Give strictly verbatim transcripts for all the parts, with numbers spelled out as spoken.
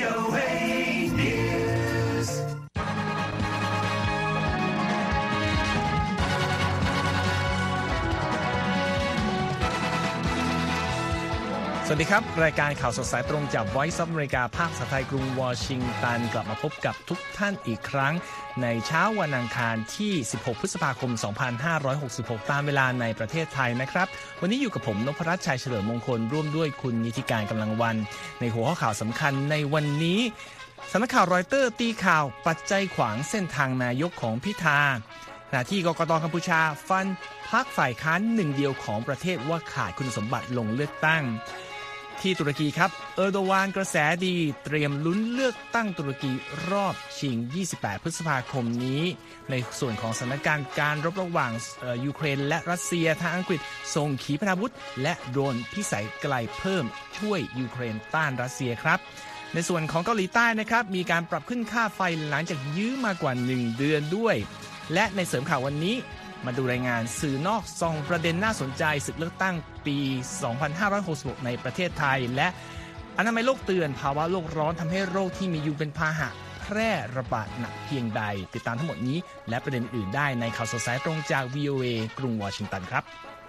โอ เอ News สวัสดีครับรายการข่าวสดสายตรงจาก Voice of America ภาคภาษาไทยกรุงวอชิงตันกลับมาพบกับทุกท่านอีกครั้งในเช้าวันอังคารที่สิบหกพฤษภาคมสองพันห้าร้อยหกสิบหกตามเวลาในประเทศไทยนะครับวันนี้อยู่กับผมนพรัตน์ชัยเฉลิมมงคลร่วมด้วยคุณนิติการกำลังวันในหัวข้อข่าวสำคัญในวันนี้สำนักข่าวรอยเตอร์ตีข่าวปัจจัยขวางเส้นทางนายกของพิธาขณะที่กกต.กัมพูชาฟันพรรคฝ่ายค้านหนึ่งเดียวของประเทศว่าขาดคุณสมบัติลงเลือกตั้งที่ตุรกีครับเออร์โดวานกระแสดีเตรียมลุ้นเลือกตั้งตุรกีรอบชิงยี่สิบแปดพฤษภาคมนี้ในส่วนของสถานการณ์การรบระหว่างยูเครนและรัสเซียทางอังกฤษส่งขีปนาวุธและโดรนพิสัยไกลเพิ่มช่วยยูเครนต้านรัสเซียครับในส่วนของเกาหลีใต้นะครับมีการปรับขึ้นค่าไฟหลังจากยื้อมากว่าหนึ่งเดือนด้วยและในเสริมข่าววันนี้มาดูรายงานสื่อนอกส่องประเด็นน่าสนใจศึกเลือกตั้งปีสองพันห้าร้อยหกสิบหกในประเทศไทยและอนามัยโลกเตือนภาวะโลกร้อนทำให้โรคที่มีอยู่เป็นพาหะแพร่ระบาดหนักเพียงใดติดตามทั้งหมดนี้และประเด็นอื่นได้ในข่าวสดสายตรงจาก วี โอ เอ กรุงวอชิงตันครับ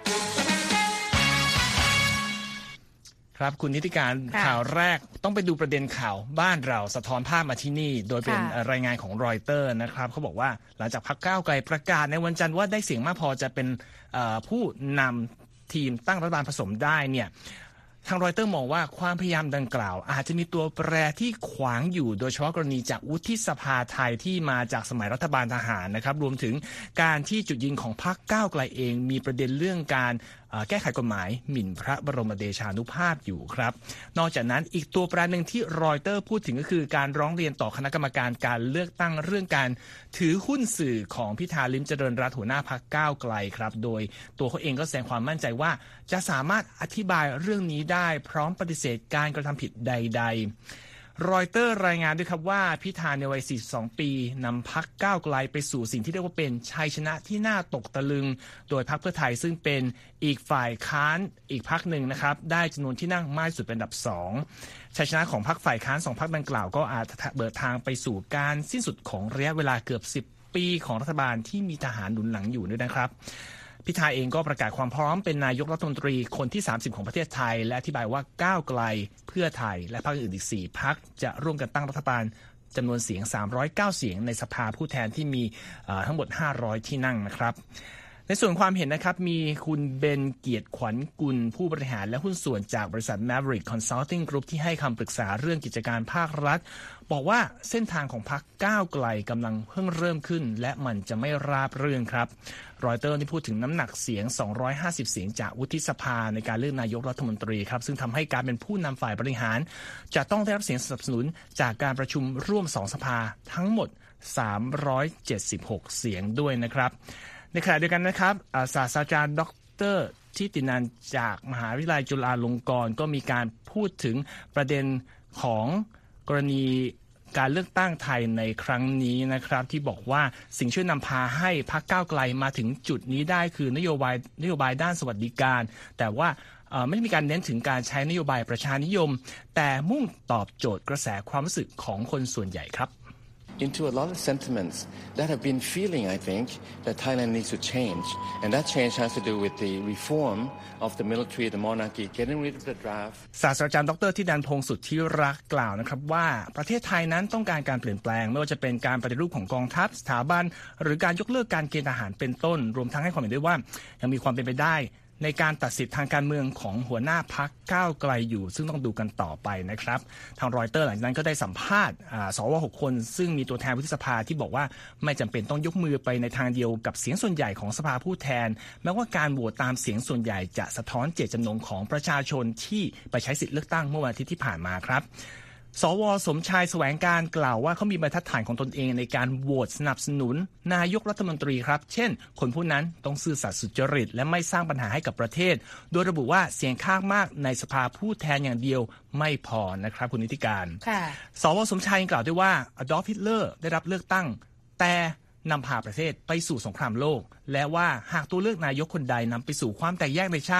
ครับคุณนิติการข่าวแรกต้องไปดูประเด็นข่าวบ้านเราสะท้อนภาพมาที่นี่โดยเป็นรายงานของรอยเตอร์นะครับเขาบอกว่าหลังจากพรรคก้าวไกลประกาศในวันจันทร์ว่าได้เสียงมากพอจะเป็นผู้นำทีมตั้งรัฐบาลผสมได้เนี่ยทางรอยเตอร์มองว่าความพยายามดังกล่าวอาจจะมีตัวแปรที่ขวางอยู่โดยเฉพาะกรณีจากวุฒิสภาไทยที่มาจากสมัยรัฐบาลทหารนะครับรวมถึงการที่จุดยืนของพรรคก้าวไกลเองมีประเด็นเรื่องการแก้ไขกฎหมายหมิ่นพระบรมเดชานุภาพอยู่ครับนอกจากนั้นอีกตัวแปรหนึ่งที่รอยเตอร์พูดถึงก็คือการร้องเรียนต่อคณะกรรมการการเลือกตั้งเรื่องการถือหุ้นสื่อของพิธาลิ้มเจริญรัตน์หัวหน้าพรรคก้าวไกลครับโดยตัวเขาเองก็แสดงความมั่นใจว่าจะสามารถอธิบายเรื่องนี้ได้พร้อมปฏิเสธการกระทำผิดใดๆรอยเตอร์รายงานด้วยครับว่าพิธาในวัยสี่สิบสองปีนำพรรคก้าวไกลไปสู่สิ่งที่เรียกว่าเป็นชัยชนะที่น่าตกตะลึงโดยพรรคเพื่อไทยซึ่งเป็นอีกฝ่ายค้านอีกพรรคหนึ่งนะครับได้จำนวนที่นั่งมากที่สุดเป็นอันดับสองชัยชนะของพรรคฝ่ายค้านสองพรรคดังกล่าวก็อาจเปิดทางไปสู่การสิ้นสุดของระยะเวลาเกือบสิบปีของรัฐบาลที่มีทหารหนุนหลังอยู่ด้วยนะครับพิธาเองก็ประกาศความพร้อมเป็นนายกรัฐมนตรีคนที่สามสิบของประเทศไทยและอธิบายว่าก้าวไกลเพื่อไทยและพรรคอื่นอีกสี่พรรคจะร่วมกันตั้งรัฐบาลจำนวนเสียงสามร้อยเก้าเสียงในสภาผู้แทนที่มีทั้งหมดห้าร้อยที่นั่งนะครับในส่วนความเห็นนะครับมีคุณเบนเกียรติขวัญกุลผู้บริหารและหุ้นส่วนจากบริษัท Maverick Consulting Group ที่ให้คำปรึกษาเรื่องกิจการภาครัฐบอกว่าเส้นทางของพรรคก้าวไกลกำลังเพิ่งเริ่มขึ้นและมันจะไม่ราบรื่นครับรอยเตอร์ที่พูดถึงน้ำหนักเสียงสองร้อยห้าสิบเสียงจากวุฒิสภาในการเลือกนายกรัฐมนตรีครับซึ่งทำให้การเป็นผู้นำฝ่ายบริหารจะต้องได้รับเสียงสนับสนุนจากการประชุมร่วมสองสภาทั้งหมดสามร้อยเจ็ดสิบหกเสียงด้วยนะครับในขณะเดียวกันนะครับศาสตราจารย์ดร.ทิตินันท์จากมหาวิทยาลัยจุฬาลงกรณ์ก็มีการพูดถึงประเด็นของกรณีการเลือกตั้งไทยในครั้งนี้นะครับที่บอกว่าสิ่งช่วยนำพาให้พรรคก้าวไกลมาถึงจุดนี้ได้คือนโยบายนโยบายด้านสวัสดิการแต่ว่าไม่ได้มีการเน้นถึงการใช้นโยบายประชานิยมแต่มุ่งตอบโจทย์กระแสความรู้สึกของคนส่วนใหญ่ครับ into a lot of sentiments that have been feeling, I think, that Thailand needs to change. And that change has to do with the reform of the military, the monarchy, getting rid of the draft. ศาสตราจารย์ดร.ทิตินันท์พงษ์สุทธิรักษ์กล่าวนะครับว่าประเทศไทยนั้นต้องการการเปลี่ยนแปลงไม่ว่าจะเป็นการปฏิรูปของกองทัพสถาบันหรือการยกเลิกการเกณฑ์ทหารเป็นต้นรวมทั้งให้ความเห็นด้วยว่ายังมีความเป็นไปได้ในการตัดสิทธิทางการเมืองของหัวหน้าพรรคก้าวไกลอยู่ซึ่งต้องดูกันต่อไปนะครับทางรอยเตอร์หลังจากนั้นก็ได้สัมภาษณ์สวหกคนซึ่งมีตัวแทนวุฒิสภาที่บอกว่าไม่จำเป็นต้องยกมือไปในทางเดียวกับเสียงส่วนใหญ่ของสภาผู้แทนแม้ว่าการโหวตตามเสียงส่วนใหญ่จะสะท้อนเจตจำนงของประชาชนที่ไปใช้สิทธิเลือกตั้งเมื่อวันอาทิตย์ที่ผ่านมาครับสวสมชายแสวงการกล่าวว่าเขามีบรรทัดฐานของตนเองในการโหวตสนับสนุนนายกรัฐมนตรีครับเช่นคนผู้นั้นต้องซื่อสัตย์สุจริตและไม่สร้างปัญหาให้กับประเทศโดยระบุว่าเสียงข้างมากในสภาผู้แทนอย่างเดียวไม่พอนะครับคุณนิติการสวสมชายกล่าวด้วยว่าอดอล์ฟฮิตเลอร์ได้รับเลือกตั้งแต่นำพาประเทศไปสู่สงครามโลกและว่าหากตัวเลือกนายกคนใดนำไปสู่ความแตกแยกในชาติ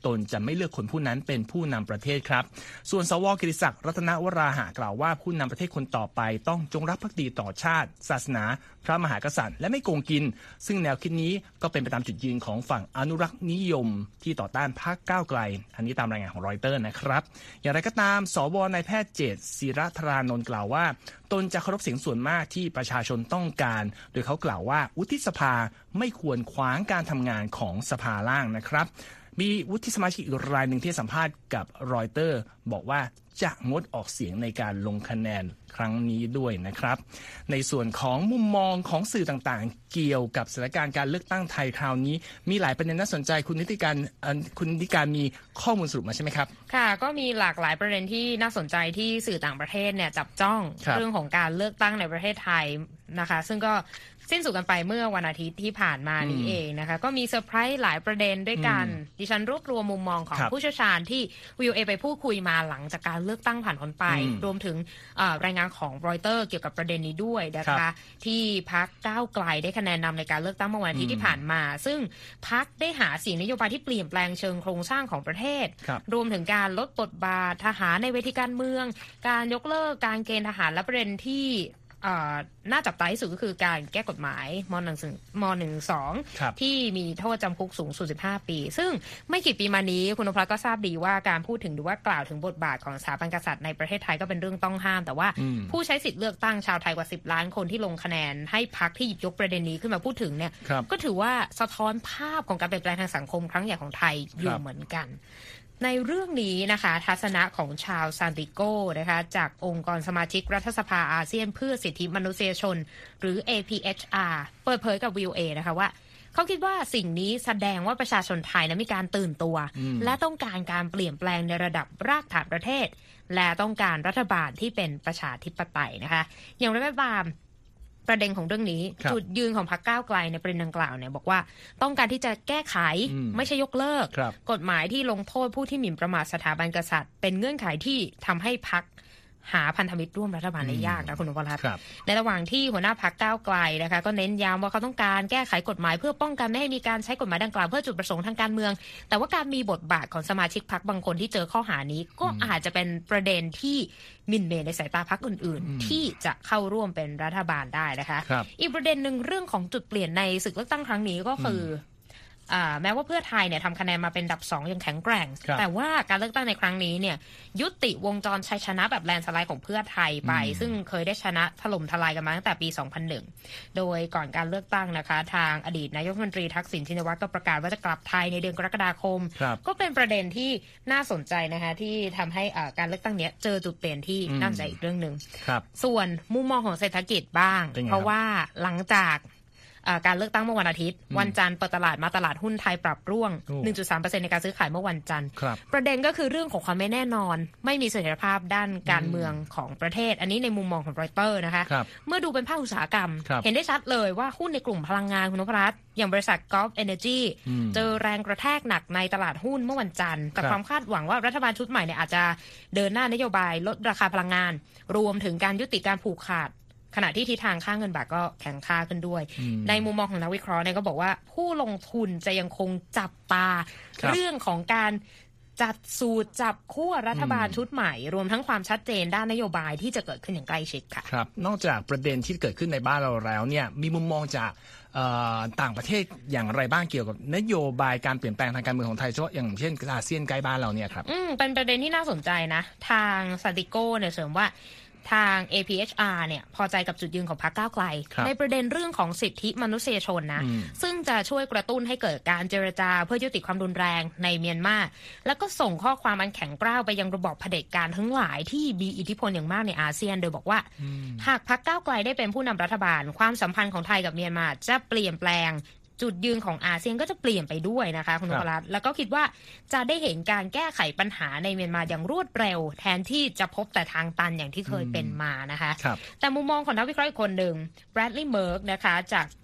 ตนจะไม่เลือกคนผู้นั้นเป็นผู้นำประเทศครับส่วนสวกิติศักดิ์รัตนวราหะกล่าวว่าผู้นำประเทศคนต่อไปต้องจงรักภักดีต่อชาติศาสนาพระมหากษัตริย์และไม่โกงกินซึ่งแนวคิดนี้ก็เป็นไปตามจุดยืนของฝั่งอนุรักษ์นิยมที่ต่อต้านพรรคก้าวไกลอันนี้ตามรายงานของรอยเตอร์นะครับอย่างไรก็ตามสวนายแพทย์เจตศิรธารานนท์กล่าวว่าตนจะเคารพเสียงส่วนมากที่ประชาชนต้องการโดยเขากล่าวว่าวุฒิสภาไม่ควรขวางการทำงานของสภาล่างนะครับมีวุฒิสมาชิกอีกรายหนึ่งที่สัมภาษณ์กับรอยเตอร์บอกว่าจะงดออกเสียงในการลงคะแนนครั้งนี้ด้วยนะครับในส่วนของมุมมองของสื่อต่างๆเกี่ยวกับสถานการณ์การเลือกตั้งไทยคราวนี้มีหลายประเด็นน่าสนใจคุณนิติการคุณนิติการมีข้อมูลสรุปมาใช่ไหมครับค่ะก็มีหลากหลายประเด็นที่น่าสนใจที่สื่อต่างประเทศเนี่ยจับจ้องเรื่องของการเลือกตั้งในประเทศไทยนะคะซึ่งก็สิ้นสุดกันไปเมื่อวันอาทิตย์ที่ผ่านมานี้เองนะคะก็มีเซอร์ไพรส์หลายประเด็นด้วยกันดิฉันรวบรวมมุมมองของผู้เชี่ยวชาญที่ วี โอ เอ ไปพูดคุยมาหลังจากการเลือกตั้งผ่านพ้นไปรวมถึงรายงานของรอยเตอร์เกี่ยวกับประเด็นนี้ด้วยนะคะที่พรรคก้าวไกลได้คะแนนนำในการเลือกตั้งเมื่อวันอาทิตย์ที่ผ่านมาซึ่งพรรคได้หาเสียงนโยบายที่เปลี่ยนแปลงเชิงโครงสร้างของประเทศรวมถึงการลดบทบาททหารในเวทีการเมืองการยกเลิกการเกณฑ์ทหารและประเด็นที่น่าจับตาที่สุดก็คือการแก้กฎหมายม หนึ่ง ม หนึ่ง สอง ที่มีโทษจำคุกสูงสุดสิบห้าปีซึ่งไม่กี่ปีมานี้คุณนพรัตน์ก็ทราบดีว่าการพูดถึงหรือว่ากล่าวถึงบทบาทของสถาบันกษัตริย์ในประเทศไทยก็เป็นเรื่องต้องห้ามแต่ว่าผู้ใช้สิทธิ์เลือกตั้งชาวไทยกว่าสิบล้านคนที่ลงคะแนนให้พรรคที่หยิบยกประเด็นนี้ขึ้นมาพูดถึงเนี่ยก็ถือว่าสะท้อนภาพของการเปลี่ยนแปลงทางสังคมครั้งใหญ่ของไทยอยู่เหมือนกันในเรื่องนี้นะคะทัศนะของชาวซานติโกนะคะจากองค์กรสมาชิกรัฐสภาอาเซียนเพื่อสิทธิมนุษยชนหรือ เอ พี เอช อาร์ เปิดเผยกับ วี โอ เอ นะคะว่าเขาคิดว่าสิ่งนี้แสดงว่าประชาชนไทยนะมีการตื่นตัวและต้องการการเปลี่ยนแปลงในระดับรากฐานประเทศและต้องการรัฐบาลที่เป็นประชาธิปไตยนะคะอย่างไรก็ตามประเด็นของเรื่องนี้จุดยืนของพรรคก้าวไกลในประเด็นดังกล่าวเนี่ยบอกว่าต้องการที่จะแก้ไขไม่ใช่ยกเลิกกฎหมายที่ลงโทษผู้ที่หมิ่นประมาทสถาบันกษัตริย์เป็นเงื่อนไขที่ทำให้พรรคหาพันธมิตรร่วมรัฐบาลได้ยากนะคุณนพรัตน์ในระหว่างที่หัวหน้าพรรคก้าวไกลนะคะก็เน้นย้ำว่าเขาต้องการแก้ไขกฎหมายเพื่อป้องกันไม่ให้มีการใช้กฎหมายดังกล่าวเพื่อจุดประสงค์ทางการเมืองแต่ว่าการมีบทบาทของสมาชิกพรรคบางคนที่เจอข้อหานี้ก็อาจจะเป็นประเด็นที่หมิ่นเมย์ในสายตาพรรคอื่นๆที่จะเข้าร่วมเป็นรัฐบาลได้นะคะอีกประเด็นหนึ่งเรื่องของจุดเปลี่ยนในศึกเลือกตั้งครั้งนี้ก็คือแม้ว่าเพื่อไทยเนี่ยทำคะแนนมาเป็นอันดับสองอย่างแข็งแกร่งแต่ว่าการเลือกตั้งในครั้งนี้เนี่ยยุติวงจรชัยชนะแบบแลนด์สไลด์ของเพื่อไทยไปซึ่งเคยได้ชนะถล่มทลายกันมาตั้งแต่ปีสองพันหนึ่งโดยก่อนการเลือกตั้งนะคะทางอดีตนายกรัฐมนตรีทักษิณชินวัตรก็ประกาศว่าจะกลับไทยในเดือนกรกฎาคมก็เป็นประเด็นที่น่าสนใจนะคะที่ทำให้การเลือกตั้งนี้เจอจุดเปลี่ยนที่น่าสนใจอีกเรื่องนึงส่วนมุมมองของเศรษฐกิจบ้างเพราะว่าหลังจากการเลือกตั้งเมื่อวันอาทิตย์วันจันทร์เปิดตลาดมาตลาดหุ้นไทยปรับร่วง หนึ่งจุดสามเปอร์เซ็นต์ ในการซื้อขายเมื่อวันจันทร์ประเด็นก็คือเรื่องของความไม่แน่นอนไม่มีเสถียรภาพด้านการเมืองของประเทศอันนี้ในมุมมองของรอยเตอร์นะคะเมื่อดูเป็นภาคอุตสาหกรรมเห็นได้ชัดเลยว่าหุ้นในกลุ่มพลังงานคุณนพรัตน์อย่างบริษัท Gulf Energy เจอแรงกระแทกหนักในตลาดหุ้นเมื่อวันจันทร์แต่ความคาดหวังว่ารัฐบาลชุดใหม่เนี่ยอาจจะเดินหน้านโยบายลดราคาพลังงานรวมถึงการยุติการผูกขาดขณะที่ทิศทางค่าเงินบาทก็แข็งค่าขึ้นด้วยในมุมมองของนักวิเคราะห์เนี่ยก็บอกว่าผู้ลงทุนจะยังคงจับตาเรื่องของการจัดสูตรจับขั้วรัฐบาลชุดใหม่รวมทั้งความชัดเจนด้านนโยบายที่จะเกิดขึ้นอย่างใกล้ชิดค่ะครับนอกจากประเด็นที่เกิดขึ้นในบ้านเราแล้วเนี่ยมีมุมมองจากต่างประเทศอย่างไรบ้างเกี่ยวกับนโยบายการเปลี่ยนแปลงทางการเมืองของไทยเฉพาะอย่างเช่นอาเซียนใกล้บ้านเราเนี่ยครับอืมเป็นประเด็นที่น่าสนใจนะทางซาติโก้เนี่ยเสริมว่าทาง เอ พี เอช อาร์ เนี่ยพอใจกับจุดยืนของพรรคก้าวไกลในประเด็นเรื่องของสิทธิมนุษยชนนะซึ่งจะช่วยกระตุ้นให้เกิดการเจรจาเพื่อยุติความรุนแรงในเมียนมาแล้วก็ส่งข้อความอันแข็งกร้าวไปยังระบอบเผด็จการทั้งหลายที่มีอิทธิพลอย่างมากในอาเซียนโดยบอกว่าหากพรรคก้าวไกลได้เป็นผู้นำรัฐบาลความสัมพันธ์ของไทยกับเมียนมาจะเปลี่ยนแปลงจุดยืนของอาเซียนก็จะเปลี่ยนไปด้วยนะคะคุณนพรัตน์แล้วก็คิดว่าจะได้เห็นการแก้ไขปัญหาในเมียนมาอย่างรวดเร็วแทนที่จะพบแต่ทางตันอย่างที่เคยเป็นมานะคะแต่มุมมองของนักวิเคราะห์อีกคนหนึ่งแบรดลีย์เมิร์กนะคะจาก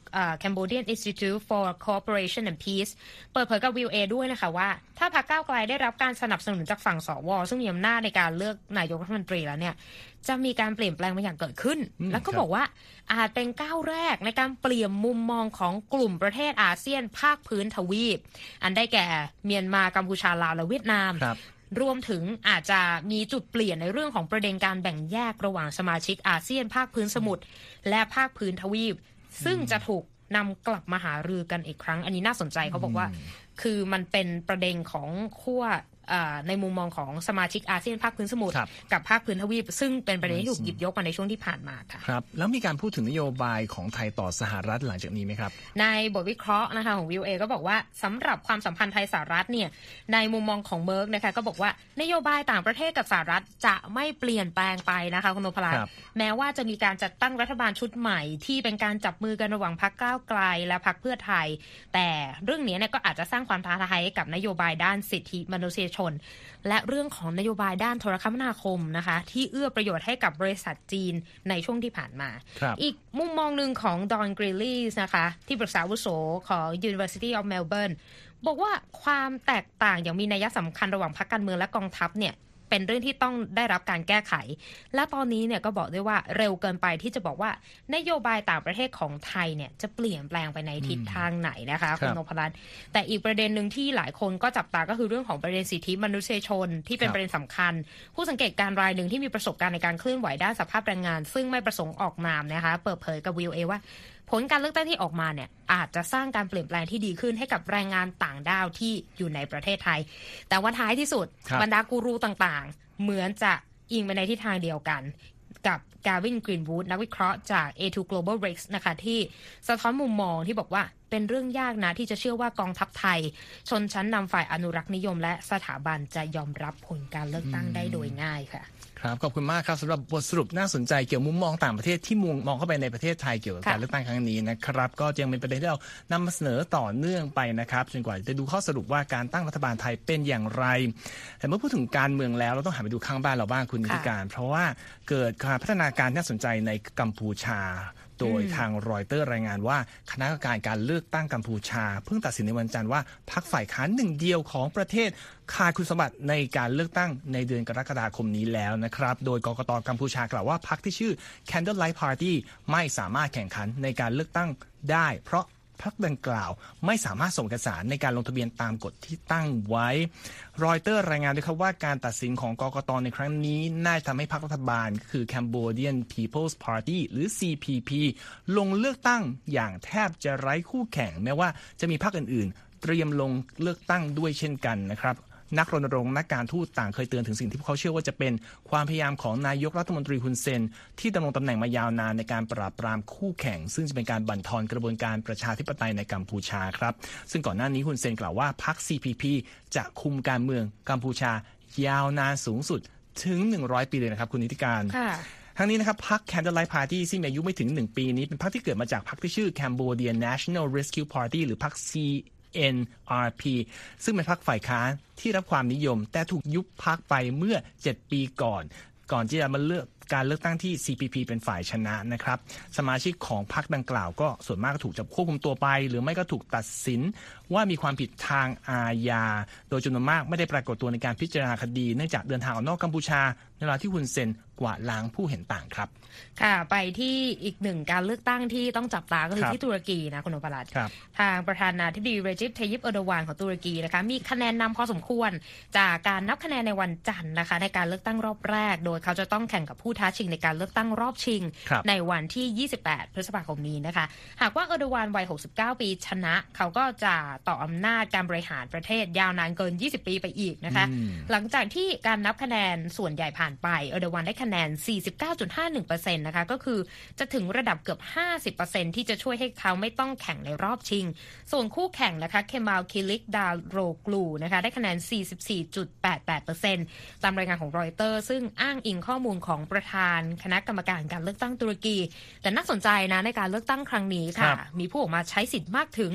Cambodian Institute for Cooperation and Peace เปิดเผยกับ วี โอ เอ ด้วยนะคะว่าถ้าพรรคก้าวไกลได้รับการสนับสนุนจากฝั่งสวซึ่งมีอำนาจในการเลือกนายกรัฐมนตรีแล้วเนี่ยจะมีการเปลี่ยนแปลงบางอย่างเกิดขึ้นแล้วก็บอกว่าอาจเป็นก้าวแรกในการเปลี่ยนมุมมองของกลุ่มประเทศอาเซียนภาคพื้นทวีปอันได้แก่เมียนมากัมพูชาลาวและเวียดนามรวมถึงอาจจะมีจุดเปลี่ยนในเรื่องของประเด็นการแบ่งแยกระหว่างสมาชิกอาเซียนภาคพื้นสมุทรและภาคพื้นทวีปซึ่งจะถูกนำกลับมาหารือกันอีกครั้งอันนี้น่าสนใจเขาบอกว่าคือมันเป็นประเด็นของขั้วในมุมมองของสมาชิกอาเซียนภาคพื้นสมุทรกับภาคพื้นทวีปซึ่งเป็นประเด็นที่ถูกหยิบยกมาในช่วงที่ผ่านมาค่ะครับแล้วมีการพูดถึงนโยบายของไทยต่อสหรัฐหลังจากนี้ไหมครับในบทวิเคราะห์นะคะของ วี โอ เอ ก็บอกว่าสำหรับความสัมพันธ์ไทยสหรัฐเนี่ยในมุมมองของเมิร์กนะคะก็บอกว่านโยบายต่างประเทศกับสหรัฐจะไม่เปลี่ยนแปลงไปนะคะคุณนพรัตน์แม้ว่าจะมีการจัดตั้งรัฐบาลชุดใหม่ที่เป็นการจับมือกันระหว่างพรรคก้าวไกลและพรรคเพื่อไทยแต่เรื่องนี้เนี่ยก็อาจจะสร้างความท้าทายให้กับนโยบายด้านสิทธิมนุษยชนและเรื่องของนโยบายด้านโทรคมนาคมนะคะที่เอื้อประโยชน์ให้กับบริษัทจีนในช่วงที่ผ่านมาอีกมุมมองหนึ่งของดอนกริลลี่นะคะที่ปรึกษาอาวุโสของ University of Melbourne บอกว่าความแตกต่างอย่างมีนัยสำคัญระหว่างพรรคการเมืองและกองทัพเนี่ยเป็นเรื่องที่ต้องได้รับการแก้ไขและตอนนี้เนี่ยก็บอกด้วยว่าเร็วเกินไปที่จะบอกว่านโยบายต่างประเทศของไทยเนี่ยจะเปลี่ยนแปลงไปในทิศทางไหนนะคะคุณนพรัตน์แต่อีกประเด็นหนึ่งที่หลายคนก็จับตาก็คือเรื่องของประเด็นสิทธิมนุษยชนที่เป็นประเด็นสำคัญผู้สังเกตการณ์รายหนึ่งที่มีประสบการณ์ในการเคลื่อนไหวด้านสภาพแรงงานซึ่งไม่ประสงค์ออกนามนะคะเปิดเผยกับ วี โอ เอ ว่าผลการเลือกตั้งที่ออกมาเนี่ยอาจจะสร้างการเปลี่ยนแปลงที่ดีขึ้นให้กับแรงงานต่างด้าวที่อยู่ในประเทศไทยแต่ว่าท้ายที่สุดบรรดากูรูต่างๆเหมือนจะอิงไปในทิศทางเดียวกันกับกาวินกรีนวูดนักวิเคราะห์จาก เอ ทู Global Risks นะคะที่สะท้อนมุมมองที่บอกว่าเป็นเรื่องยากนะที่จะเชื่อว่ากองทัพไทยชนชั้นนำฝ่ายอนุรักษ์นิยมและสถาบันจะยอมรับผลการเลือกตั้งได้โดยง่ายค่ะครับขอบคุณมากครับสำหรับบทสรุปน่าสนใจเกี่ยวมุมมองต่างประเทศที่มุมมองเข้าไปในประเทศไทยเกี่ยวกับการเลือกตั้งครั้งนี้นะครับก็ยังเป็นประเด็นที่เรานำมาเสนอต่อเนื่องไปนะครับจนกว่าจะดูข้อสรุปว่าการตั้งรัฐบาลไทยเป็นอย่างไรแต่เมื่อพูดถึงการเมืองแล้วเราต้องหันไปดูข้างบ้านเราบ้างคุณนิติการเพราะว่าเกิดการพัฒนาการน่าสนใจในกัมพูชาโดยทางรอยเตอร์รายงานว่าคณะกรรมการการเลือกตั้งกัมพูชาเพิ่งตัดสินในวันจันทร์ว่าพรรคฝ่ายค้านหนึ่งเดียวของประเทศขาดคุณสมบัติในการเลือกตั้งในเดือนกรกฎาคมนี้แล้วนะครับโดยกกต.กัมพูชากล่าวว่าพรรคที่ชื่อ Candlelight Party ไม่สามารถแข่งขันในการเลือกตั้งได้เพราะพรรคดังกล่าวไม่สามารถส่งเอกสารในการลงทะเบียนตามกฎที่ตั้งไว้รอยเตอร์รายงานด้วยครับว่าการตัดสินของกกต.ในครั้งนี้น่าจะทำให้พรรครัฐบาลคือ Cambodian People's Party หรือ ซี พี พี ลงเลือกตั้งอย่างแทบจะไร้คู่แข่งแม้ว่าจะมีพรรคอื่นๆเตรียมลงเลือกตั้งด้วยเช่นกันนะครับนักรณรงค์นักการทูตต่างเคยเตือนถึงสิ่งที่พวกเขาเชื่อว่าจะเป็นความพยายามของนายกรัฐมนตรีฮุนเซนที่ดำรงตำแหน่งมายาวนานในการปราบปรามคู่แข่งซึ่งจะเป็นการบั่นทอนกระบวนการประชาธิปไตยในกัมพูชาครับซึ่งก่อนหน้านี้ฮุนเซนกล่าวว่าพรรค ซี พี พี จะคุมการเมืองกัมพูชายาวนานสูงสุดถึงหนึ่งร้อยปีเลยนะครับคุณนิติการทั้งนี้นะครับพรรค Candlelight Party ซึ่งมีอายุไม่ถึงหนึ่งปีนี้เป็นพรรคที่เกิดมาจากพรรคที่ชื่อ Cambodia National Rescue Party หรือพรรค ซี เอ็น อาร์ พี ซึ่งเป็นพรรคฝ่ายค้านที่รับความนิยมแต่ถูกยุบพรรคไปเมื่อเจ็ดปีก่อนก่อนที่จะมาเลือกการเลือกตั้งที่ ซี พี พี เป็นฝ่ายชนะนะครับสมาชิกของพรรคดังกล่าวก็ส่วนมากก็ถูกจับควบคุมตัวไปหรือไม่ก็ถูกตัดสินว่ามีความผิดทางอาญาโดยจำนวนมากไม่ได้ปรากฏตัวในการพิจารณาคดีเนื่องจากเดินทางออกนอกกัมพูชาในเวลาที่ฮุนเซนกวาดล้างผู้เห็นต่างครับค่ะไปที่อีกหนึ่งการเลือกตั้งที่ต้องจับตาก็คือที่ตุรกีนะคุณนพรัตน์ทางประธานาธิบดีเรจิป ไทยิป เออร์โดวานของตุรกีนะคะมีคะแนนนำพอสมควรจากการนับคะแนนในวันจันทร์นะคะในการเลือกตั้งรอบแรกโดยเขาจะต้องแข่งกับผู้ท้าชิงในการเลือกตั้งรอบชิงในวันที่ยี่สิบแปดพฤษภาคมนี้นะคะหากว่าเออร์โดวานวัยหกสิบเก้าปีชนะเขาก็จะต่ออำนาจการบริหารประเทศยาวนานเกินยี่สิบปีไปอีกนะคะหลังจากที่การนับคะแนนส่วนใหญ่ผ่านไปเออร์โดวานได้คะแนน สี่สิบเก้าจุดห้าหนึ่งเปอร์เซ็นต์ นะคะก็คือจะถึงระดับเกือบ ห้าสิบเปอร์เซ็นต์ ที่จะช่วยให้เขาไม่ต้องแข่งในรอบชิงส่วนคู่แข่งนะคะเคมาลคิลิกดาโรกลูนะคะได้คะแนน สี่สิบสี่จุดแปดแปดเปอร์เซ็นต์ ตามรายงานของรอยเตอร์ซึ่งอ้างอิงข้อมูลของประธานคณะกรรมการการเลือกตั้งตุรกีแต่น่าสนใจนะในการเลือกตั้งครั้งนี้ค่ะมีผู้ออกมาใช้สิทธิ์มากถึง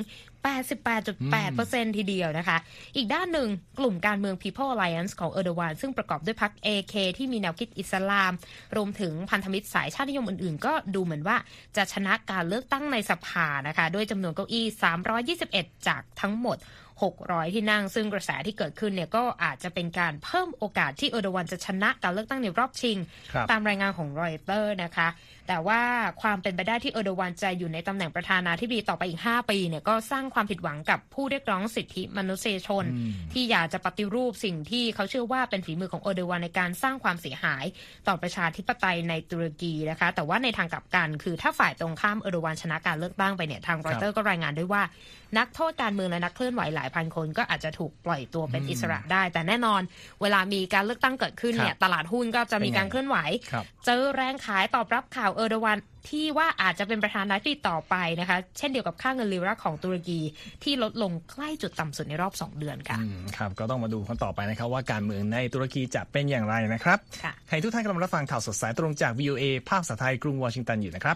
แปดสิบแปดจุดแปดเปอร์เซ็นต์ ทีเดียวนะคะอีกด้านหนึ่งกลุ่มการเมือง People Alliance ของเออร์โดวานซึ่งประกอบด้วยพรรค เอ เค ที่มีแนวคิดอิสลามรวมถึงพันธมิตรสายชาตินิยมอื่นๆก็ดูเหมือนว่าจะชนะการเลือกตั้งในสภานะคะด้วยจำนวนเก้าอี้สามร้อยยี่สิบเอ็ดจากทั้งหมดหกร้อยที่นั่งซึ่งกระแสที่เกิดขึ้นเนี่ยก็อาจจะเป็นการเพิ่มโอกาสที่เออร์โดวานจะชนะการเลือกตั้งในรอบชิงตามรายงานของรอยเตอร์นะคะแต่ว่าความเป็นไปได้ที่เออร์โดวานจะอยู่ในตำแหน่งประธานาธิบดีต่อไปอีกห้าปีเนี่ยก็สร้างความผิดหวังกับผู้เรียกร้องสิทธิมนุษยชนที่อยากจะปฏิรูปสิ่งที่เขาเชื่อว่าเป็นฝีมือของเออร์โดวานในการสร้างความเสียหายต่อประชาธิปไตยในตุรกีนะคะแต่ว่าในทางกลับกันคือถ้าฝ่ายตรงข้ามเออร์โดวานชนะการเลือกตั้งไปเนี่ยทางรอยเตอร์ก็รายงานด้วยว่านักโทษการเมืองและนักเคลื่อนไหวหลายพันคนก็อาจจะถูกปล่อยตัวเป็นอิสระได้แต่แน่นอนเวลามีการเลือกตั้งเกิดขึ้นเนี่ยตลาดหุ้นก็จะมีการเคลื่อนไหวเจอแรงขายตอบรับข่าวเออร์โดวานที่ว่าอาจจะเป็นประธานาธิบดีต่อไปนะคะเช่นเดียวกับค่าเงินลีราของตุรกีที่ลดลงใกล้จุดต่ำสุดในรอบสองเดือนค่ะครับก็ต้องมาดูกันต่อไปนะครับว่าการเมืองในตุรกีจะเป็นอย่างไรนะครับให้ทุกท่านกำลังรับฟังข่าวสดสายตรงจาก วี โอ เอ ภาคภาษาไทยกรุงวอชิงตันอยู่นะครับ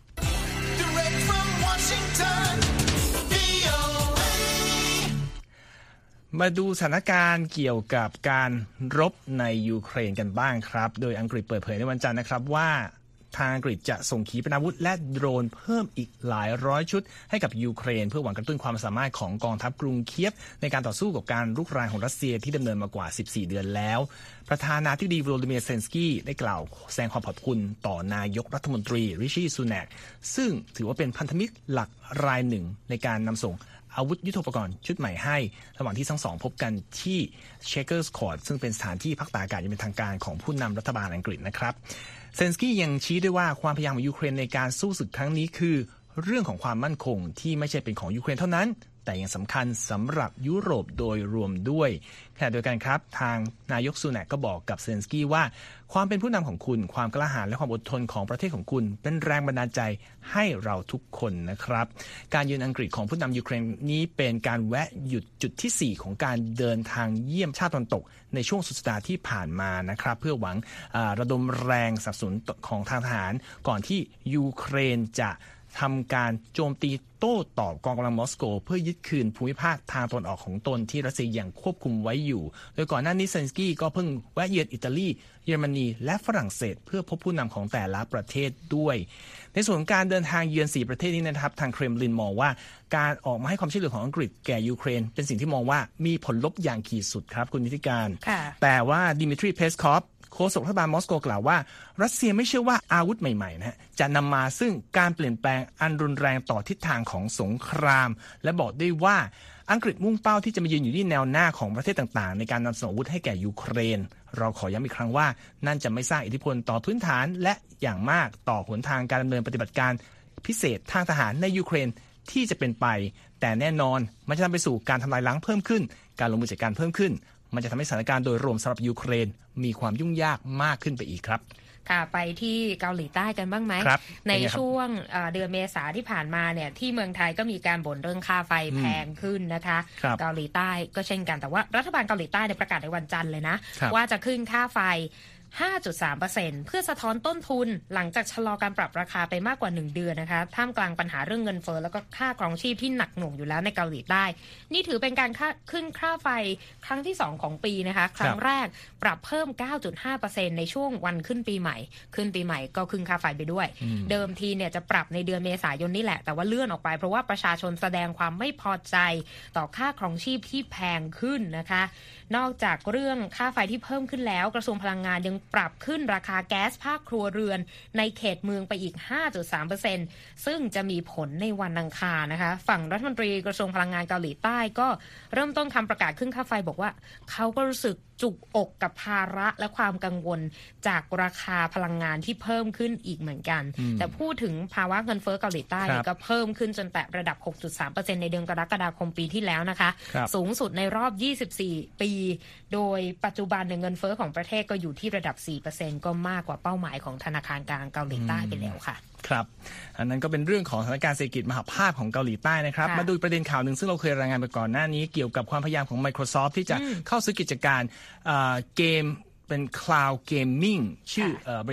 มาดูสถานการณ์เกี่ยวกับการรบในยูเครนกันบ้างครับโดยอังกฤษเปิดเผยในวันจันทร์นะครับว่าทางอังกฤษจะส่งขีปนาวุธและโดรนเพิ่มอีกหลายร้อยชุดให้กับยูเครนเพื่อหวังกระตุ้นความสามารถของกองทัพกรุงเคียฟในการต่อสู้กับการรุกรานของรัสเซียที่ดำเนินมากว่าสิบสี่เดือนแล้วประธานาธิบดีโวโลดิเมียร์เซเลนสกี้ได้กล่าวแสดงความขอบคุณต่อนายกรัฐมนตรีริชีซูแนกซึ่งถือว่าเป็นพันธมิตรหลักรายหนึ่งในการนำส่งอาวุธยุทโธปกรณ์ชุดใหม่ให้ระหว่างที่ทั้งสองพบกันที่เชคเกอร์สคอร์ดซึ่งเป็นสถานที่พักตากอากาศอย่างเป็นทางการของผู้นำรัฐบาลอังกฤษนะครับเซเลนสกี้ยังชี้ด้วยว่าความพยายามของยูเครนในการสู้ศึกครั้งนี้คือเรื่องของความมั่นคงที่ไม่ใช่เป็นของยูเครนเท่านั้นแต่ยังสำคัญสำหรับยุโรปโดยรวมด้วยขณะเดียวกันครับทางนายกซูแนกก็บอกกับเซเลนสกี้ว่าความเป็นผู้นำของคุณความกล้าหาญและความอดทนของประเทศของคุณเป็นแรงบันดาลใจให้เราทุกคนนะครับการเยือนอังกฤษของผู้นำยูเครนนี้เป็นการแวะหยุดจุดที่สี่ของการเดินทางเยี่ยมชาติตะวันตกในช่วงสุดสัปดาห์ที่ผ่านมานะครับเพื่อหวังระดมแรงสนับสนุนของทางทหารก่อนที่ยูเครนจะทำการโจมตีโต้ตอบกองกำลังมอสโกเพื่อยึดคืนภูมิภาคทางตะวันออกของตนที่รัสเซียยังควบคุมไว้อยู่โดยก่อนหน้านี้เซเลนสกี้ก็เพิ่งแวะเยือนอิตาลีเยอรมนีและฝรั่งเศสเพื่อพบผู้นำของแต่ละประเทศด้วยในส่วนของการเดินทางเยือนสี่ประเทศนี้นะครับทางเครมลินมองว่าการออกมาให้ความช่วยเหลือของอังกฤษแก่ยูเครนเป็นสิ่งที่มองว่ามีผลลบอย่างขีดสุดครับคุณนิติการแต่ว่าดิมิทรีเพสคอฟโฆษกรัฐบาลมอสโกกล่าวว่ารัสเซียไม่เชื่อว่าอาวุธใหม่ๆนะจะนำมาซึ่งการเปลี่ยนแปลงอันรุนแรงต่อทิศทางของสงครามและบอกด้วยว่าอังกฤษมุ่งเป้าที่จะมายืนอยู่ที่แนวหน้าของประเทศต่างๆในการนำส่งอาวุธให้แก่ยูเครนเราขอย้ำอีกครั้งว่านั่นจะไม่สร้างอิทธิพลต่อพื้นฐานและอย่างมากต่อหนทางการดำเนินปฏิบัติการพิเศษทางทหารในยูเครนที่จะเป็นไปแต่แน่นอนมันจะนำไปสู่การทำลายล้างเพิ่มขึ้นการลงมือจัดการเพิ่มขึ้นมันจะทำให้สถานการณ์โดยรวมสำหรับยูเครนมีความยุ่งยากมากขึ้นไปอีกครับค่ะไปที่เกาหลีใต้กันบ้างไหมในช่วงเดือนเมษาที่ผ่านมาเนี่ยที่เมืองไทยก็มีการบ่นเรื่องค่าไฟแพงขึ้นนะคะเกาหลีใต้ก็เช่นกันแต่ว่ารัฐบาลเกาหลีใต้เนี่ยประกาศในวันจันทร์เลยนะว่าจะขึ้นค่าไฟห้าจุดสามเปอร์เซ็นต์ เพื่อสะท้อนต้นทุนหลังจากชะลอการปรับราคาไปมากกว่าหนึ่งเดือนนะคะท่ามกลางปัญหาเรื่องเงินเฟ้อแล้วก็ค่าครองชีพที่หนักหน่วงอยู่แล้วในเกาหลีใต้นี่ถือเป็นการขึ้นค่าไฟครั้งที่สองของปีนะคะครั้งแรกปรับเพิ่ม เก้าจุดห้าเปอร์เซ็นต์ ในช่วงวันขึ้นปีใหม่ขึ้นปีใหม่ก็ขึ้นค่าไฟไปด้วยเดิมทีเนี่ยจะปรับในเดือนเมษายนนี่แหละแต่ว่าเลื่อนออกไปเพราะว่าประชาชนแสดงความไม่พอใจต่อค่าครองชีพที่แพงขึ้นนะคะนอกจากเรื่องค่าไฟที่เพิ่มขึ้นแล้วกระทรวงพลังงานยังปรับขึ้นราคาแก๊สภาคครัวเรือนในเขตเมืองไปอีก ห้าจุดสามเปอร์เซ็นต์ ซึ่งจะมีผลในวันอังคารนะคะฝั่งรัฐมนตรีกระทรวงพลังงานเกาหลีใต้ก็เริ่มต้นคำประกาศขึ้นค่าไฟบอกว่าเขาก็รู้สึกจุกอกกับภาระและความกังวลจากราคาพลังงานที่เพิ่มขึ้นอีกเหมือนกันแต่พูดถึงภาวะเงินเฟ้อเกาหลีใต้ก็เพิ่มขึ้นจนแตะระดับ หกจุดสามเปอร์เซ็นต์ ในเดือนกรกฎาคมปีที่แล้วนะคะสูงสุดในรอบยี่สิบสี่ปีโดยปัจจุบันเงินเฟ้อของประเทศก็อยู่ที่ระดับ สี่เปอร์เซ็นต์ ก็มากกว่าเป้าหมายของธนาคารกลางเกาหลีใต้ไปแล้วค่ะครับอันนั้นก็เป็นเรื่องของสถานการณ์เศรษฐกิจมหภาคของเกาหลีใต้นะครับมาดูประเด็นข่าวหนึ่งซึ่งเราเคยรายงานไปก่อนหน้านี้เกี่ยวกับความพยายามของ Microsoft ที่จะเข้าซื้อกิจการเกมเป็น Cloud Gaming ชื่อบริษัท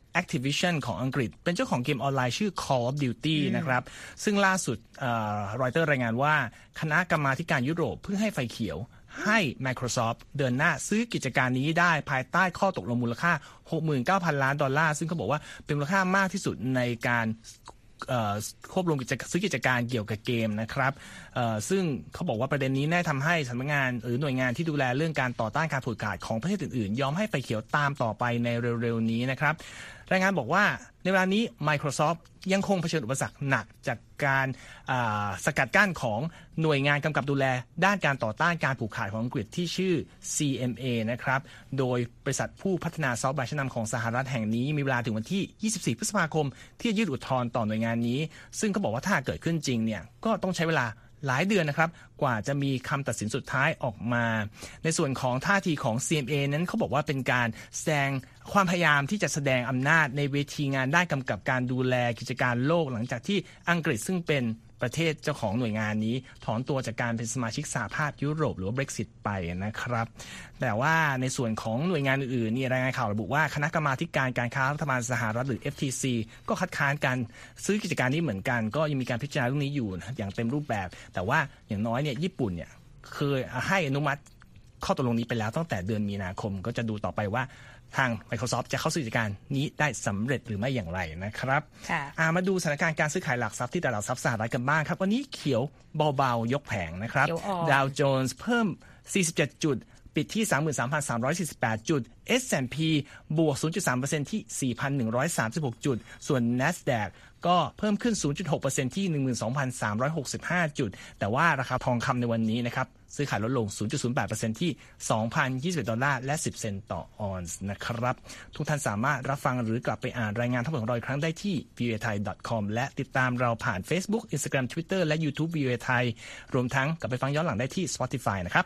Activision ของอังกฤษเป็นเจ้าของเกมออนไลน์ชื่อ Call of Duty นะครับซึ่งล่าสุดรอยเตอร์รายงานว่าคณะกรรมาธิการยุโรปเพิ่งให้ไฟเขียวให้ Microsoft เดินหน้าซื้อกิจการนี้ได้ภายใต้ข้อตกลงมูลค่า หกหมื่นเก้าพัน ล้านดอลลาร์ซึ่งเขาบอกว่าเป็นมูลค่ามากที่สุดในการควบรวมกิจซื้อกิจการเกี่ยวกับเกมนะครับซึ่งเขาบอกว่าประเด็นนี้แน่ทำให้สำนักงานหรือหน่วยงานที่ดูแลเรื่องการต่อต้านการผูกขาดของประเทศอื่นๆยอมให้ไฟเขียวตามต่อไปในเร็วๆนี้นะครับรายงานบอกว่าในเวลานี้ Microsoft ยังคงเผชิญอุปสรรคหนักจากการสกัดกั้นของหน่วยงานกำกับดูแลด้านการต่อต้านการผูกขาดของอังกฤษที่ชื่อ ซี เอ็ม เอ นะครับโดยบริษัทผู้พัฒนาซอฟต์แวร์ชั้นนำของสหรัฐแห่งนี้มีเวลาถึงวันที่ยี่สิบสี่พฤษภาคมที่จะยื่นอุทธรณ์ต่อหน่วยงานนี้ซึ่งเขาบอกว่าถ้าเกิดขึ้นจริงเนี่ยก็ต้องใช้เวลาหลายเดือนนะครับกว่าจะมีคำตัดสินสุดท้ายออกมาในส่วนของท่าทีของ ซี เอ็ม เอ นั้นเขาบอกว่าเป็นการแสดงความพยายามที่จะแสดงอำนาจในเวทีงานด้านกำกับการดูแลกิจการโลกหลังจากที่อังกฤษซึ่งเป็นประเทศเจ้าของหน่วยงานนี้ถอนตัวจากการเป็นสมาชิกสหภาพยุโรปหรือว่า Brexit ไปนะครับแต่ว่าในส่วนของหน่วยงานอื่นๆนี่รายงานข่าวระบุว่าคณะกรรมาธิการการค้ารัฐบาลสหรัฐหรือ เอฟ ที ซี ก็คัดค้านการซื้อกิจการนี้เหมือนกันก็ยังมีการพิจารณาเรื่องนี้อยู่อย่างเต็มรูปแบบแต่ว่าอย่างน้อยเนี่ยญี่ปุ่นเนี่ยเคยให้อนุมัติข้อตกลงนี้ไปแล้วตั้งแต่เดือนมีนาคมก็จะดูต่อไปว่าทาง Microsoft จะเข้าสู่กิจการนี้ได้สำเร็จหรือไม่อย่างไรนะครับมาดูสถานการณ์การซื้อขายหลักทรัพย์ที่ตลาดหลักทรัพย์สหรัฐกันบ้างครับวันนี้เขียวเบาๆยกแผงนะครับดาวโจนส์เพิ่มสี่สิบเจ็ดจุดปิดที่ สามหมื่นสามพันสามร้อยสี่สิบแปด จุด เอส แอนด์ พี บวก ศูนย์จุดสามเปอร์เซ็นต์ ที่ สี่พันหนึ่งร้อยสามสิบหก จุดส่วน NASDAQ ก็เพิ่มขึ้น ศูนย์จุดหกเปอร์เซ็นต์ ที่ หนึ่งหมื่นสองพันสามร้อยหกสิบห้า จุดแต่ว่าราคาทองคำในวันนี้นะครับซื้อขายลดลง ศูนย์จุดศูนย์แปดเปอร์เซ็นต์ ที่ สองพันยี่สิบเอ็ด ดอลลาร์และสิบเซนต์ต่อออนซ์นะครับทุกท่านสามารถรับฟังหรือกลับไปอ่านรายงานทั้งหมดของเราอีกครั้งได้ที่ วี โอ เอ ไทย ดอท คอม และติดตามเราผ่าน Facebook Instagram Twitter และ YouTube วี โอ เอ ไทยรวมทั้งกลับไปฟังย้อนหลังได้ที่ Spotify นะครับ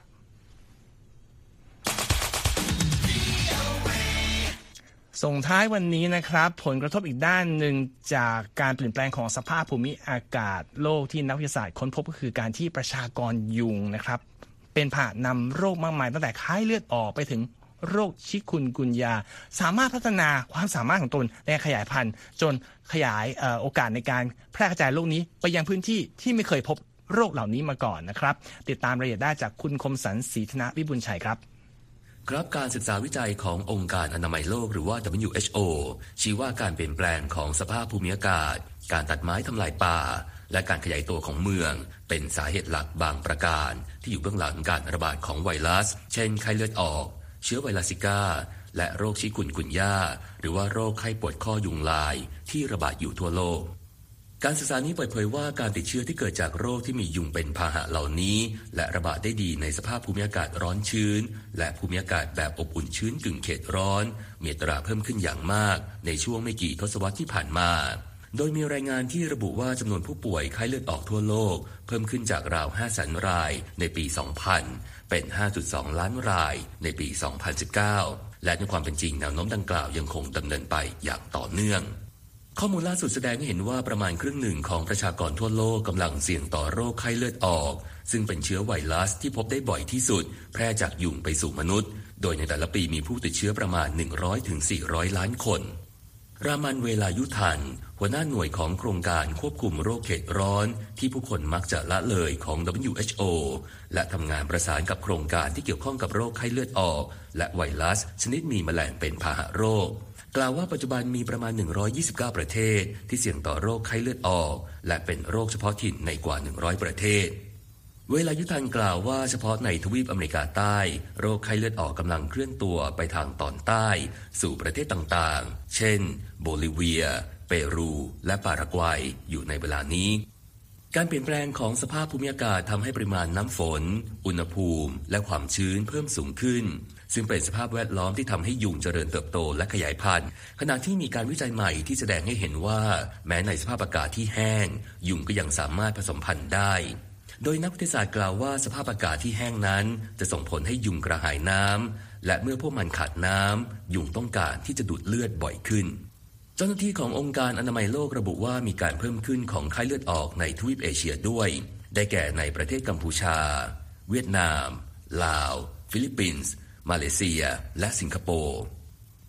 ส่งท้ายวันนี้นะครับผลกระทบอีกด้านหนึ่งจากการเปลี่ยนแปลงของสภาพภูมิอากาศโลกที่นักวิทยาศาสตร์ค้นพบก็คือการที่ประชากรยุงนะครับเป็นพาหะนำโรคมากมายตั้งแต่ไข้เลือดออกไปถึงโรคชิคุนกุนยาสามารถพัฒนาความสามารถของตนในการขยายพันธุ์จนขยายโอกาสในการแพร่กระจายโรคนี้ไปยังพื้นที่ที่ไม่เคยพบโรคเหล่านี้มาก่อนนะครับติดตามรายละเอียดได้จากคุณคมสันต์ศรีธนวิบุญชัยครับครับการศึกษาวิจัยขององค์การอนามัยโลกหรือว่า ดับเบิลยู เอช โอ ชี้ว่าการเปลี่ยนแปลงของสภาพภูมิอากาศการตัดไม้ทำลายป่าและการขยายตัวของเมืองเป็นสาเหตุหลักบางประการที่อยู่เบื้องหลังการระบาดของไวรัสเช่นไข้เลือดออกเชื้อไวรัสซิก้าและโรคชิคุนกุนย่าหรือว่าโรคไข้ปวดข้อยุงลายที่ระบาดอยู่ทั่วโลกการศึกษานี้เปิดเผยว่าการติดเชื้อที่เกิดจากโรคที่มียุงเป็นพาหะเหล่านี้และระบาดได้ดีในสภาพภูมิอากาศร้อนชื้นและภูมิอากาศแบบอบอุ่นชื้นกึ่งเขตร้อนมีอัตราเพิ่มขึ้นอย่างมากในช่วงไม่กี่ทศวรรษที่ผ่านมาโดยมีรายงานที่ระบุว่าจำนวนผู้ป่วยไข้เลือดออกทั่วโลกเพิ่มขึ้นจากราวห้าแสนรายในปี สองพัน เป็น ห้าจุดสอง ล้านรายในปี สองพันสิบเก้า และในความเป็นจริงแนวโน้มดังกล่าวยังคงดำเนินไปอย่างต่อเนื่องข้อมูลล่าสุดแสดงให้เห็นว่าประมาณครึ่งหนึ่งของประชากรทั่วโลกกำลังเสี่ยงต่อโรคไข้เลือดออกซึ่งเป็นเชื้อไวรัสที่พบได้บ่อยที่สุดแพร่จากยุงไปสู่มนุษย์โดยในแต่ละปีมีผู้ติดเชื้อประมาณ หนึ่งร้อยถึงสี่ร้อย ล้านคนรามันเวลายุทันหัวหน้าหน่วยของโครงการควบคุมโรคเขตร้อนที่ผู้คนมักจะละเลยของ ดับเบิลยู เอช โอ และทำงานประสานกับโครงการที่เกี่ยวข้องกับโรคไข้เลือดออกและไวรัสชนิดมีแมลงเป็นพาหะโรคกล่าวว่าปัจจุบันมีประมาณหนึ่งร้อยยี่สิบเก้าประเทศที่เสี่ยงต่อโรคไข้เลือดออกและเป็นโรคเฉพาะถิ่นในกว่าหนึ่งร้อยประเทศเวลายุทันกล่าวว่าเฉพาะในทวีปอเมริกาใต้โรคไข้เลือดออกกำลังเคลื่อนตัวไปทางตอนใต้สู่ประเทศต่างๆเช่นโบลิเวียเปรูและปารากวัยอยู่ในเวลานี้การเปลี่ยนแปลงของสภาพภูมิอากาศทำให้ปริมาณน้ำฝนอุณหภูมิและความชื้นเพิ่มสูงขึ้นซึ่งเป็นสภาพแวดล้อมที่ทำให้ยุงเจริญเติบโตและขยายพันธุ์ขณะที่มีการวิจัยใหม่ที่แสดงให้เห็นว่าแม้ในสภาพอากาศที่แห้งยุงก็ยังสามารถผสมพันธุ์ได้โดยนักวิทยาศาสตร์กล่าวว่าสภาพอากาศที่แห้งนั้นจะส่งผลให้ยุงกระหายน้ำและเมื่อพวกมันขาดน้ำยุงต้องการที่จะดูดเลือดบ่อยขึ้นเจ้าหน้าที่ขององค์การอนามัยโลกระบุว่ามีการเพิ่มขึ้นของไข้เลือดออกในทวีปเอเชียด้วยได้แก่ในประเทศกัมพูชาเวียดนามลาวฟิลิปปินส์มาเลเซียและสิงคโปร์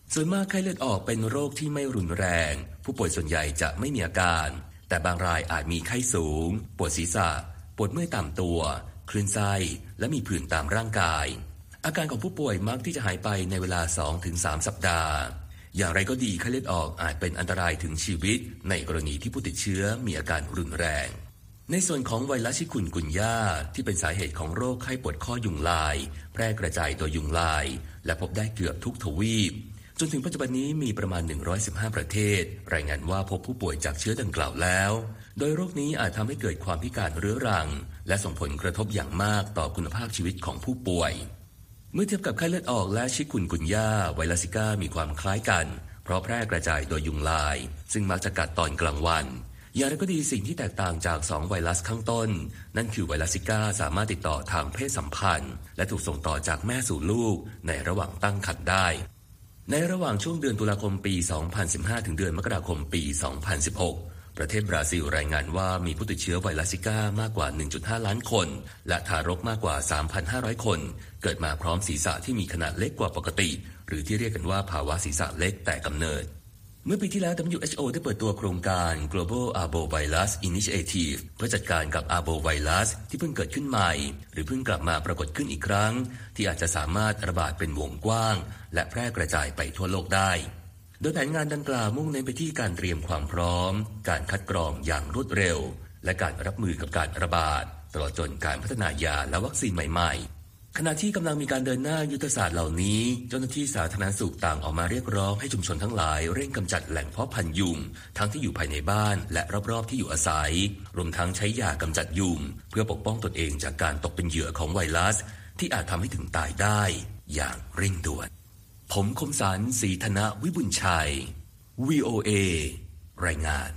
ส่วนมากไข้เลือดออกเป็นโรคที่ไม่รุนแรงผู้ป่วยส่วนใหญ่จะไม่มีอาการแต่บางรายอาจมีไข้สูงปวดศีรษะปวดเมื่อยตามตัวคลื่นไส้และมีผื่นตามร่างกายอาการของผู้ป่วยมักที่จะหายไปในเวลา สองถึงสาม สัปดาห์อย่างไรก็ดีไข้เลือดออกอาจเป็นอันตรายถึงชีวิตในกรณีที่ผู้ติดเชื้อมีอาการรุนแรงในส่วนของไวรัสชิคุนกุนย่าที่เป็นสาเหตุของโรคไข้ปวดข้อยุงลายแพร่กระจายโดยยุงลายและพบได้เกือบทุกทวีปจนถึงปัจจุบันนี้มีประมาณหนึ่งร้อยสิบห้าประเทศรายงานว่าพบผู้ป่วยจากเชื้อดังกล่าวแล้วโดยโรคนี้อาจทำให้เกิดความพิการเรื้อรังและส่งผลกระทบอย่างมากต่อคุณภาพชีวิตของผู้ป่วยเมื่อเทียบกับไข้เลือดออกและชิคุนกุนย่าไวรัสซิก้ามีความคล้ายกันเพราะแพร่กระจายโดยยุงลายซึ่งมักจะกัดตอนกลางวันอย่างไรก็ดีสิ่งที่แตกต่างจากสองไวรัสข้างต้นนั่นคือไวรัสซิก้าสามารถติดต่อทางเพศสัมพันธ์และถูกส่งต่อจากแม่สู่ลูกในระหว่างตั้งครรภ์ได้ในระหว่างช่วงเดือนตุลาคมปี สองพันสิบห้า ถึงเดือนมกราคมปี สองพันสิบหก ประเทศบราซิลรายงานว่ามีผู้ติดเชื้อไวรัสซิก้ามากกว่า หนึ่งจุดห้า ล้านคนและทารกมากกว่า สามพันห้าร้อย คนเกิดมาพร้อมศีรษะที่มีขนาดเล็กกว่าปกติหรือที่เรียกกันว่าภาวะศีรษะเล็กแต่กำเนิดเมื่อปีที่แล้ว ดับเบิลยู เอช โอ ได้เปิดตัวโครงการ Global Arbovirus Initiative เพื่อจัดการกับ Arbovirus ที่เพิ่งเกิดขึ้นใหม่หรือเพิ่งกลับมาปรากฏขึ้นอีกครั้งที่อาจจะสามารถระบาดเป็นวงกว้างและแพร่กระจายไปทั่วโลกได้โดยแผนงานดังกล่าวมุ่งเน้นไปที่การเตรียมความพร้อมการคัดกรองอย่างรวดเร็วและการรับมือกับการระบาดตลอดจนการพัฒนายาและวัคซีนใหม่ๆขณะที่กำลังมีการเดินหน้ายุทธศาสตร์เหล่านี้เจ้าหน้าที่สาธารณสุขต่างออกมาเรียกร้องให้ชุมชนทั้งหลายเร่งกำจัดแหล่งเพาะพันธุ์ยุงทั้งที่อยู่ภายในบ้านและรอบๆที่อยู่อาศัยรวมทั้งใช้ยากำจัดยุงเพื่อปกป้องตนเองจากการตกเป็นเหยื่อของไวรัสที่อาจทำให้ถึงตายได้อย่างเร่งด่วนผมคมสันต์ ศรีธนวิบุญชัย วี โอ เอ รายงาน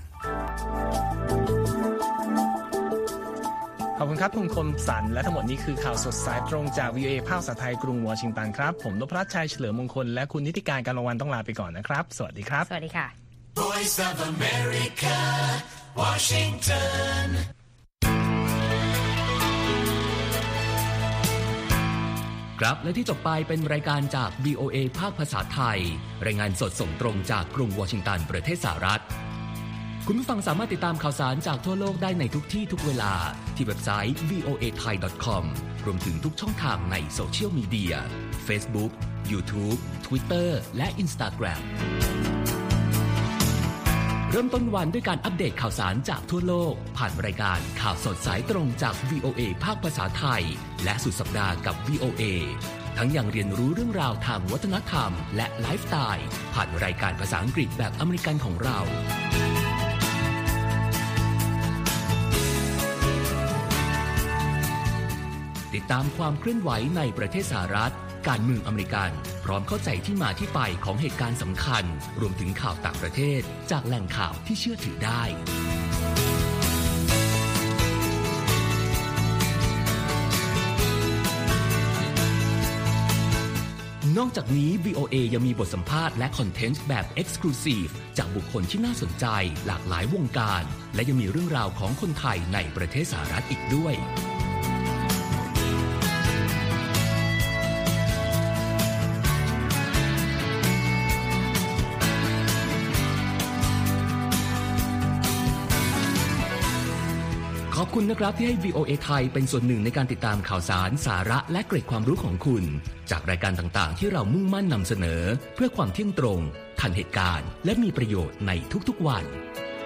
ขอบคุณครับคุณคมสันและทั้งหมดนี้คือข่าวสดสายตรงจาก วี โอ เอ ภาคภาษาไทยกรุงวอชิงตันครับผมนพรัตน์ชัยเฉลิมมงคลและคุณนิติการการรางวัลต้องลาไปก่อนนะครับสวัสดีครับสวัสดีค่ะ Voice of America Washington ครับและที่จบไปเป็นรายการจาก วี โอ เอ ภาคภาษาไทยรายงานสดส่งตรงจากกรุงวอชิงตันประเทศสหรัฐคุณผู้ฟังสามารถติดตามข่าวสารจากทั่วโลกได้ในทุกที่ทุกเวลาที่เว็บไซต์ วี โอ เอ ไทย ดอท คอม รวมถึงทุกช่องทางในโซเชียลมีเดีย Facebook YouTube Twitter และ Instagram เริ่มต้นวันด้วยการอัปเดตข่าวสารจากทั่วโลกผ่านรายการข่าวสดสายตรงจาก วี โอ เอ ภาคภาษาไทยและสุดสัปดาห์กับ วี โอ เอ ทั้งยังเรียนรู้เรื่องราวทางวัฒนธรรมและไลฟ์สไตล์ผ่านรายการภาษาอังกฤษแบบอเมริกันของเราติดตามความเคลื่อนไหวในประเทศสหรัฐการเมืองอเมริกันพร้อมเข้าใจที่มาที่ไปของเหตุการณ์สำคัญรวมถึงข่าวต่างประเทศจากแหล่งข่าวที่เชื่อถือได้นอกจากนี้ วี โอ เอ ยังมีบทสัมภาษณ์และคอนเทนต์แบบ Exclusive จากบุคคลที่น่าสนใจหลากหลายวงการและยังมีเรื่องราวของคนไทยในประเทศสหรัฐอีกด้วยขอบคุณนะครับที่ให้ วี โอ เอ ไทยเป็นส่วนหนึ่งในการติดตามข่าวสารสาระและเกร็ดความรู้ของคุณจากรายการต่างๆที่เรามุ่งมั่นนำเสนอเพื่อความเที่ยงตรงทันเหตุการณ์และมีประโยชน์ในทุกๆวัน